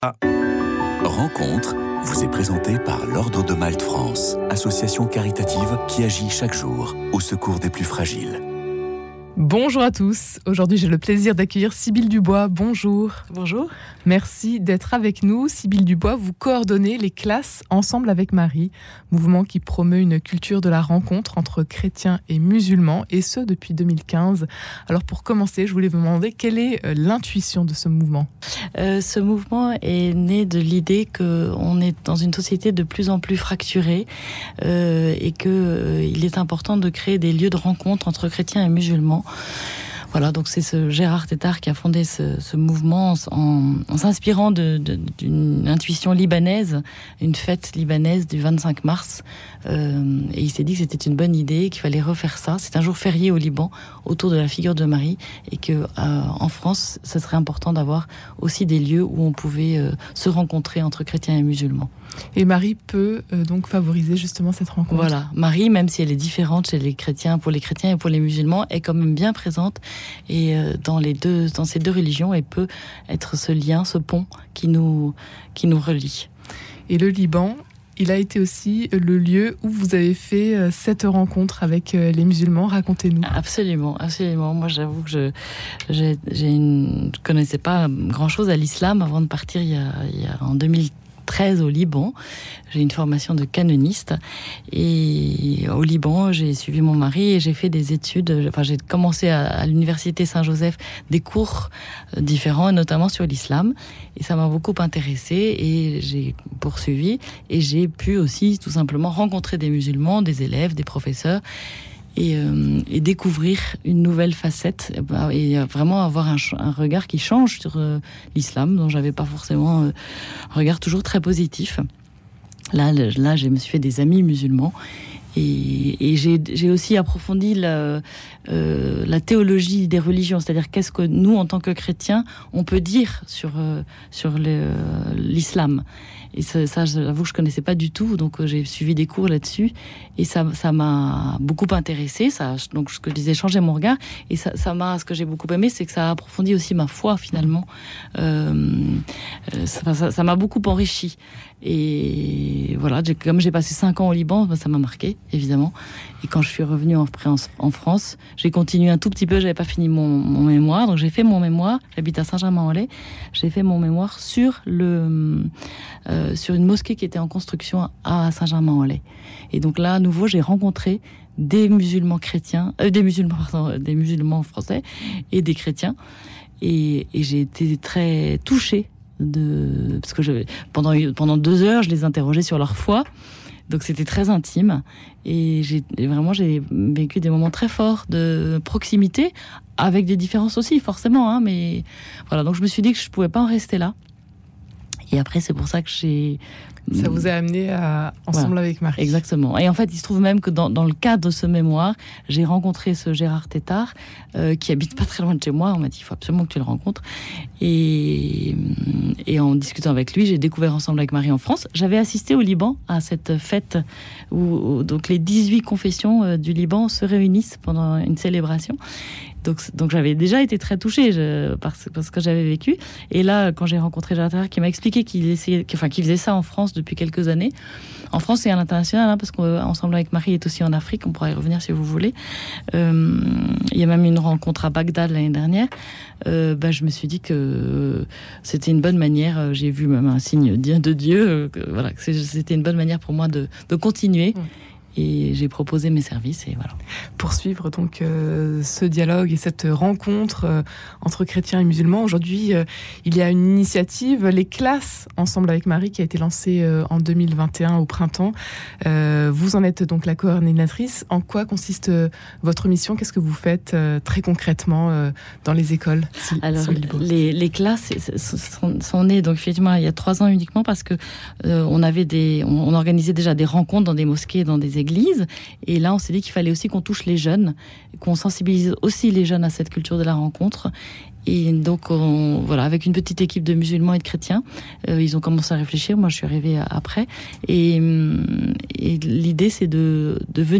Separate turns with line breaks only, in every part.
Rencontre vous est présentée par l'Ordre de Malte France, association caritative qui agit chaque jour au secours des plus fragiles.
Bonjour à tous, aujourd'hui j'ai le plaisir d'accueillir Sybille Dubois, bonjour.
Bonjour.
Merci d'être avec nous. Sybille Dubois, vous coordonnez les classes Ensemble avec Marie, mouvement qui promeut une culture de la rencontre entre chrétiens et musulmans, et ce depuis 2015. Alors pour commencer, je voulais vous demander quelle est l'intuition de ce mouvement ?
Ce mouvement est né de l'idée qu'on est dans une société de plus en plus fracturée et qu'il est important de créer des lieux de rencontre entre chrétiens et musulmans. Voilà, donc c'est ce Gérard Tétart qui a fondé ce mouvement en s'inspirant d'une intuition libanaise, une fête libanaise du 25 mars. Et il s'est dit que c'était une bonne idée, qu'il fallait refaire ça. C'est un jour férié au Liban, autour de la figure de Marie, et que en France, ce serait important d'avoir aussi des lieux où on pouvait se rencontrer entre chrétiens et musulmans.
Et Marie peut donc favoriser justement cette rencontre.
Voilà, Marie, même si elle est différente chez les chrétiens, pour les chrétiens et pour les musulmans, est quand même bien présente. Et dans ces deux religions, elle peut être ce lien, ce pont qui nous relie.
Et le Liban, il a été aussi le lieu où vous avez fait cette rencontre avec les musulmans. Racontez-nous.
Absolument, absolument. Moi, j'avoue que je connaissais pas grand-chose à l'islam avant de partir il y a en 2013 au Liban. J'ai une formation de canoniste et au Liban, j'ai suivi mon mari et j'ai fait des études. Enfin, j'ai commencé à l'université Saint-Joseph des cours différents, notamment sur l'islam. Et ça m'a beaucoup intéressée et j'ai poursuivi. Et j'ai pu aussi tout simplement rencontrer des musulmans, des élèves, des professeurs. Et découvrir une nouvelle facette et vraiment avoir un regard qui change sur l'islam, dont j'avais pas forcément un regard toujours très positif. Là, je me suis fait des amis musulmans et j'ai aussi approfondi la théologie des religions, c'est-à-dire qu'est-ce que nous, en tant que chrétiens, on peut dire sur l'islam. Et ça, j'avoue que je connaissais pas du tout, donc j'ai suivi des cours là-dessus, et ça m'a beaucoup intéressée. Ça, donc ce que je disais, changer mon regard, et ce que j'ai beaucoup aimé, c'est que ça a approfondi aussi ma foi finalement. Ça m'a beaucoup enrichi. Et voilà, comme j'ai passé 5 ans au Liban, ça m'a marqué évidemment. Et quand je suis revenue en France, j'ai continué un tout petit peu. J'avais pas fini mon mémoire, donc j'ai fait mon mémoire. J'habite à Saint-Germain-en-Laye. J'ai fait mon mémoire sur sur une mosquée qui était en construction à Saint-Germain-en-Laye. Et donc là, à nouveau, j'ai rencontré des musulmans musulmans français et des chrétiens. Et j'ai été très touchée parce que pendant 2 heures, je les interrogeais sur leur foi. Donc c'était très intime et j'ai vécu des moments très forts de proximité avec des différences aussi forcément, hein, mais voilà, donc je me suis dit que je pouvais pas en rester là. Et après c'est pour ça que
ça vous a amené à Ensemble avec Marie.
Exactement. Et en fait, il se trouve même que dans le cadre de ce mémoire, j'ai rencontré ce Gérard Tétart, qui habite pas très loin de chez moi. On m'a dit, il faut absolument que tu le rencontres. Et en discutant avec lui, j'ai découvert Ensemble avec Marie en France. J'avais assisté au Liban à cette fête où donc les 18 confessions du Liban se réunissent pendant une célébration. Donc j'avais déjà été très touchée par ce que j'avais vécu. Et là, quand j'ai rencontré Gérard Tétart, qui m'a expliqué qu'il faisait ça en France depuis quelques années. En France et à l'international, hein, parce qu'Ensemble avec Marie est aussi en Afrique. On pourra y revenir si vous voulez. Il y a même une rencontre à Bagdad l'année dernière. Je me suis dit que c'était une bonne manière. J'ai vu même un signe de Dieu. Voilà, c'était une bonne manière pour moi de continuer. Et j'ai proposé mes services et voilà.
Poursuivre donc ce dialogue et cette rencontre entre chrétiens et musulmans. Aujourd'hui, il y a une initiative, les classes Ensemble avec Marie, qui a été lancée en 2021 au printemps. Vous en êtes donc la coordinatrice. En quoi consiste votre mission ? Qu'est-ce que vous faites très concrètement dans les écoles ?
Alors, les classes sont nées donc effectivement il y a 3 ans uniquement parce que on organisait déjà des rencontres dans des mosquées, dans des église. Et là, on s'est dit qu'il fallait aussi qu'on touche les jeunes, qu'on sensibilise aussi les jeunes à cette culture de la rencontre. Et donc, avec une petite équipe de musulmans et de chrétiens, ils ont commencé à réfléchir. Moi, je suis arrivée après. Et l'idée, c'est de venir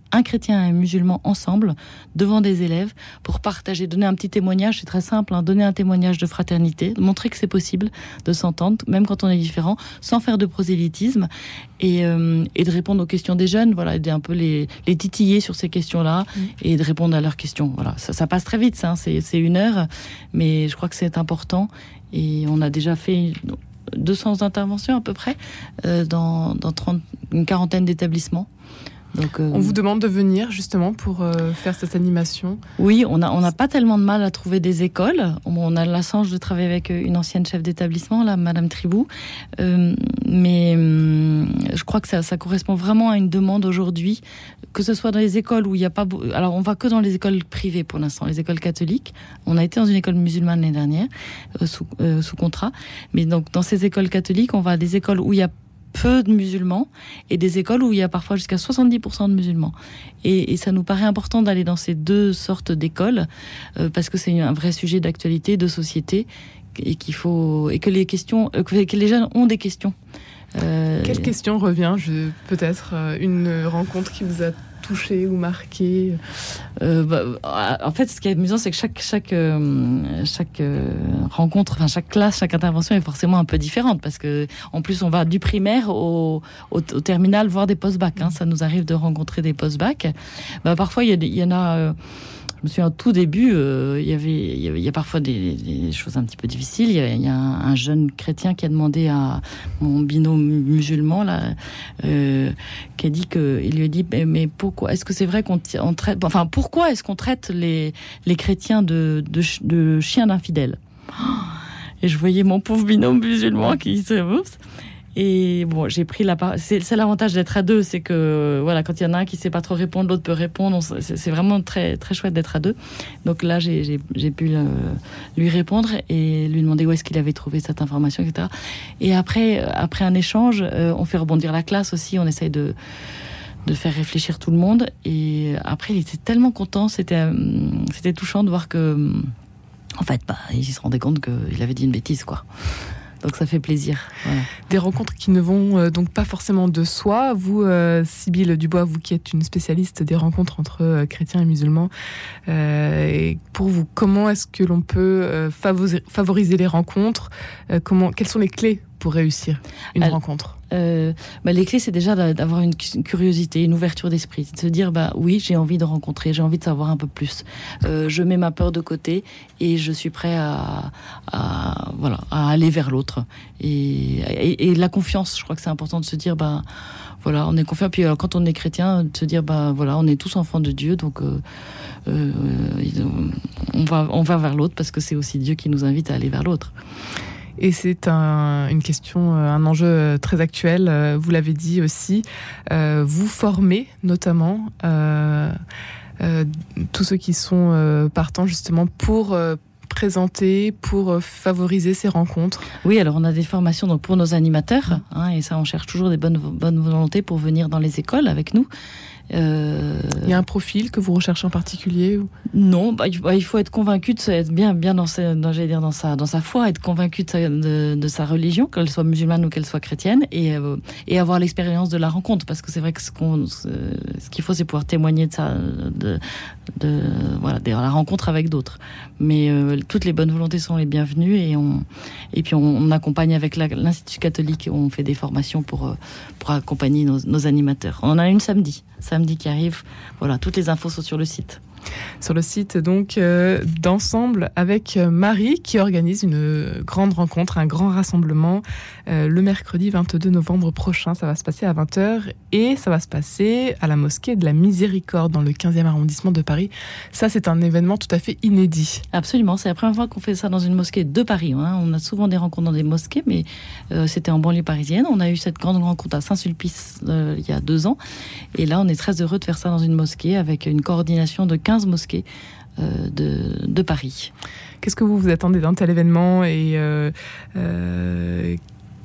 un chrétien et un musulman ensemble, devant des élèves, pour partager, donner un petit témoignage. C'est très simple, donner un témoignage de fraternité, montrer que c'est possible de s'entendre, même quand on est différent, sans faire de prosélytisme, et de répondre aux questions des jeunes, voilà, aider un peu les titiller sur ces questions-là, et de répondre à leurs questions. Voilà, ça passe très vite, c'est 1 heure, mais je crois que c'est important, et on a déjà fait 200 interventions à peu près, dans une quarantaine d'établissements. Donc,
on vous demande de venir justement pour faire cette animation.
Oui, on n'a pas tellement de mal à trouver des écoles. On a la chance de travailler avec une ancienne chef d'établissement, là, Madame Tribou. Mais je crois que ça correspond vraiment à une demande aujourd'hui, que ce soit dans les écoles où il n'y a pas... Alors, on va que dans les écoles privées pour l'instant, les écoles catholiques. On a été dans une école musulmane l'année dernière, sous contrat. Mais donc, dans ces écoles catholiques, on va à des écoles où il y a peu de musulmans et des écoles où il y a parfois jusqu'à 70% de musulmans. Et ça nous paraît important d'aller dans ces 2 sortes d'écoles parce que c'est un vrai sujet d'actualité, de société, et que les jeunes ont des questions.
Quelle question revient peut-être une rencontre qui vous a touché ou marqué?
En fait, ce qui est amusant, c'est que chaque rencontre, enfin chaque classe, chaque intervention est forcément un peu différente, parce que en plus on va du primaire au terminal, voire des post-bac. Ça nous arrive de rencontrer des post-bac. Parfois il y en a. Je me souviens, au tout début, il y a parfois des choses un petit peu difficiles. Il y a un jeune chrétien qui a demandé à mon binôme musulman là, qui a dit il lui a dit mais pourquoi est-ce que c'est vrai qu'on traite, enfin pourquoi est-ce qu'on traite les chrétiens de chiens d'infidèles? Et je voyais mon pauvre binôme musulman qui se... Oups. Et bon, j'ai pris la part. C'est l'avantage d'être à 2, c'est que voilà, quand il y en a un qui sait pas trop répondre, l'autre peut répondre. C'est vraiment très très chouette d'être à 2. Donc là, j'ai pu lui répondre et lui demander où est-ce qu'il avait trouvé cette information, etc. Et après un échange, on fait rebondir la classe aussi. On essaye de faire réfléchir tout le monde. Et après, il était tellement content. C'était touchant de voir que, en fait, il se rendait compte qu'il avait dit une bêtise, quoi. Donc ça fait plaisir. Voilà.
Des rencontres qui ne vont donc pas forcément de soi. Vous, Sybille Dubois, vous qui êtes une spécialiste des rencontres entre chrétiens et musulmans, et pour vous, comment est-ce que l'on peut favoriser les rencontres? Quelles sont les clés pour réussir une rencontre?
Les clés, c'est déjà d'avoir une curiosité, une ouverture d'esprit, de se dire oui, j'ai envie de rencontrer, j'ai envie de savoir un peu plus. Je mets ma peur de côté et je suis prêt à aller vers l'autre. Et la confiance, je crois que c'est important de se dire voilà, on est confiant. Puis quand on est chrétien, de se dire voilà, on est tous enfants de Dieu, donc on va vers l'autre parce que c'est aussi Dieu qui nous invite à aller vers l'autre.
Et c'est une question, un enjeu très actuel. Vous l'avez dit aussi. Vous formez notamment tous ceux qui sont partants justement pour présenter, pour favoriser ces rencontres.
Oui, alors on a des formations donc pour nos animateurs, et ça on cherche toujours des bonnes volontés pour venir dans les écoles avec nous.
Il y a un profil que vous recherchez en particulier ou...
Non, il faut être convaincu de être bien dans sa foi, être convaincu de sa religion, qu'elle soit musulmane ou qu'elle soit chrétienne, et avoir l'expérience de la rencontre, parce que c'est vrai que ce qu'il faut, c'est pouvoir témoigner de la rencontre avec d'autres. Mais toutes les bonnes volontés sont les bienvenues, et puis on accompagne avec l'Institut catholique, on fait des formations pour accompagner nos animateurs. On en a une samedi qui arrive. Voilà, toutes les infos sont sur le site.
Sur le site donc d'Ensemble avec Marie, qui organise une grande rencontre, un grand rassemblement le mercredi 22 novembre prochain. Ça va se passer à 20h et ça va se passer à la mosquée de la Miséricorde dans le 15e arrondissement de Paris. Ça, c'est un événement tout à fait inédit.
Absolument, c'est la première fois qu'on fait ça dans une mosquée de Paris. On a souvent des rencontres dans des mosquées, mais c'était en banlieue parisienne. On a eu cette grande rencontre à Saint-Sulpice il y a 2 ans. Et là, on est très heureux de faire ça dans une mosquée avec une coordination de 15 mosquées de Paris.
Qu'est-ce que vous attendez d'un tel événement et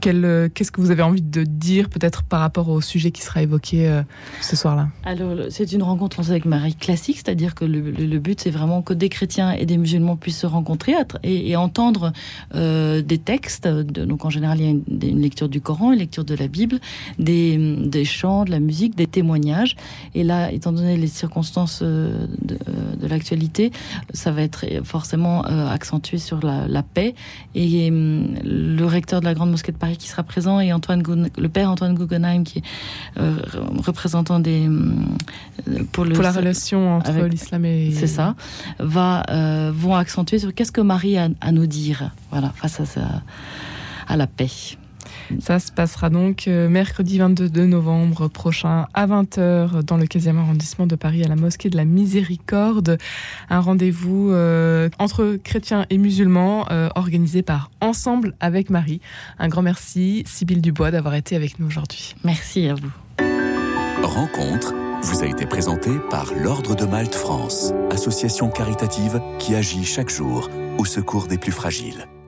Qu'est-ce que vous avez envie de dire peut-être par rapport au sujet qui sera évoqué ce soir-là?
Alors, c'est une rencontre avec Marie classique, c'est-à-dire que le but, c'est vraiment que des chrétiens et des musulmans puissent se rencontrer et entendre des textes. Donc, en général, il y a une lecture du Coran, une lecture de la Bible, des chants, de la musique, des témoignages. Et là, étant donné les circonstances de l'actualité, ça va être forcément accentué sur la paix. Et le recteur de la Grande Mosquée de Paris qui sera présent et le père Antoine Guggenheim qui est représentant pour la
relation entre l'islam et...
C'est ça. Vont accentuer sur qu'est-ce que Marie a à nous dire, voilà, face à la paix.
Ça se passera donc mercredi 22 novembre prochain à 20h dans le 15e arrondissement de Paris à la Mosquée de la Miséricorde. Un rendez-vous entre chrétiens et musulmans organisé par Ensemble avec Marie. Un grand merci Sybille Dubois d'avoir été avec nous aujourd'hui.
Merci à vous.
Rencontre vous a été présentée par l'Ordre de Malte France, association caritative qui agit chaque jour au secours des plus fragiles.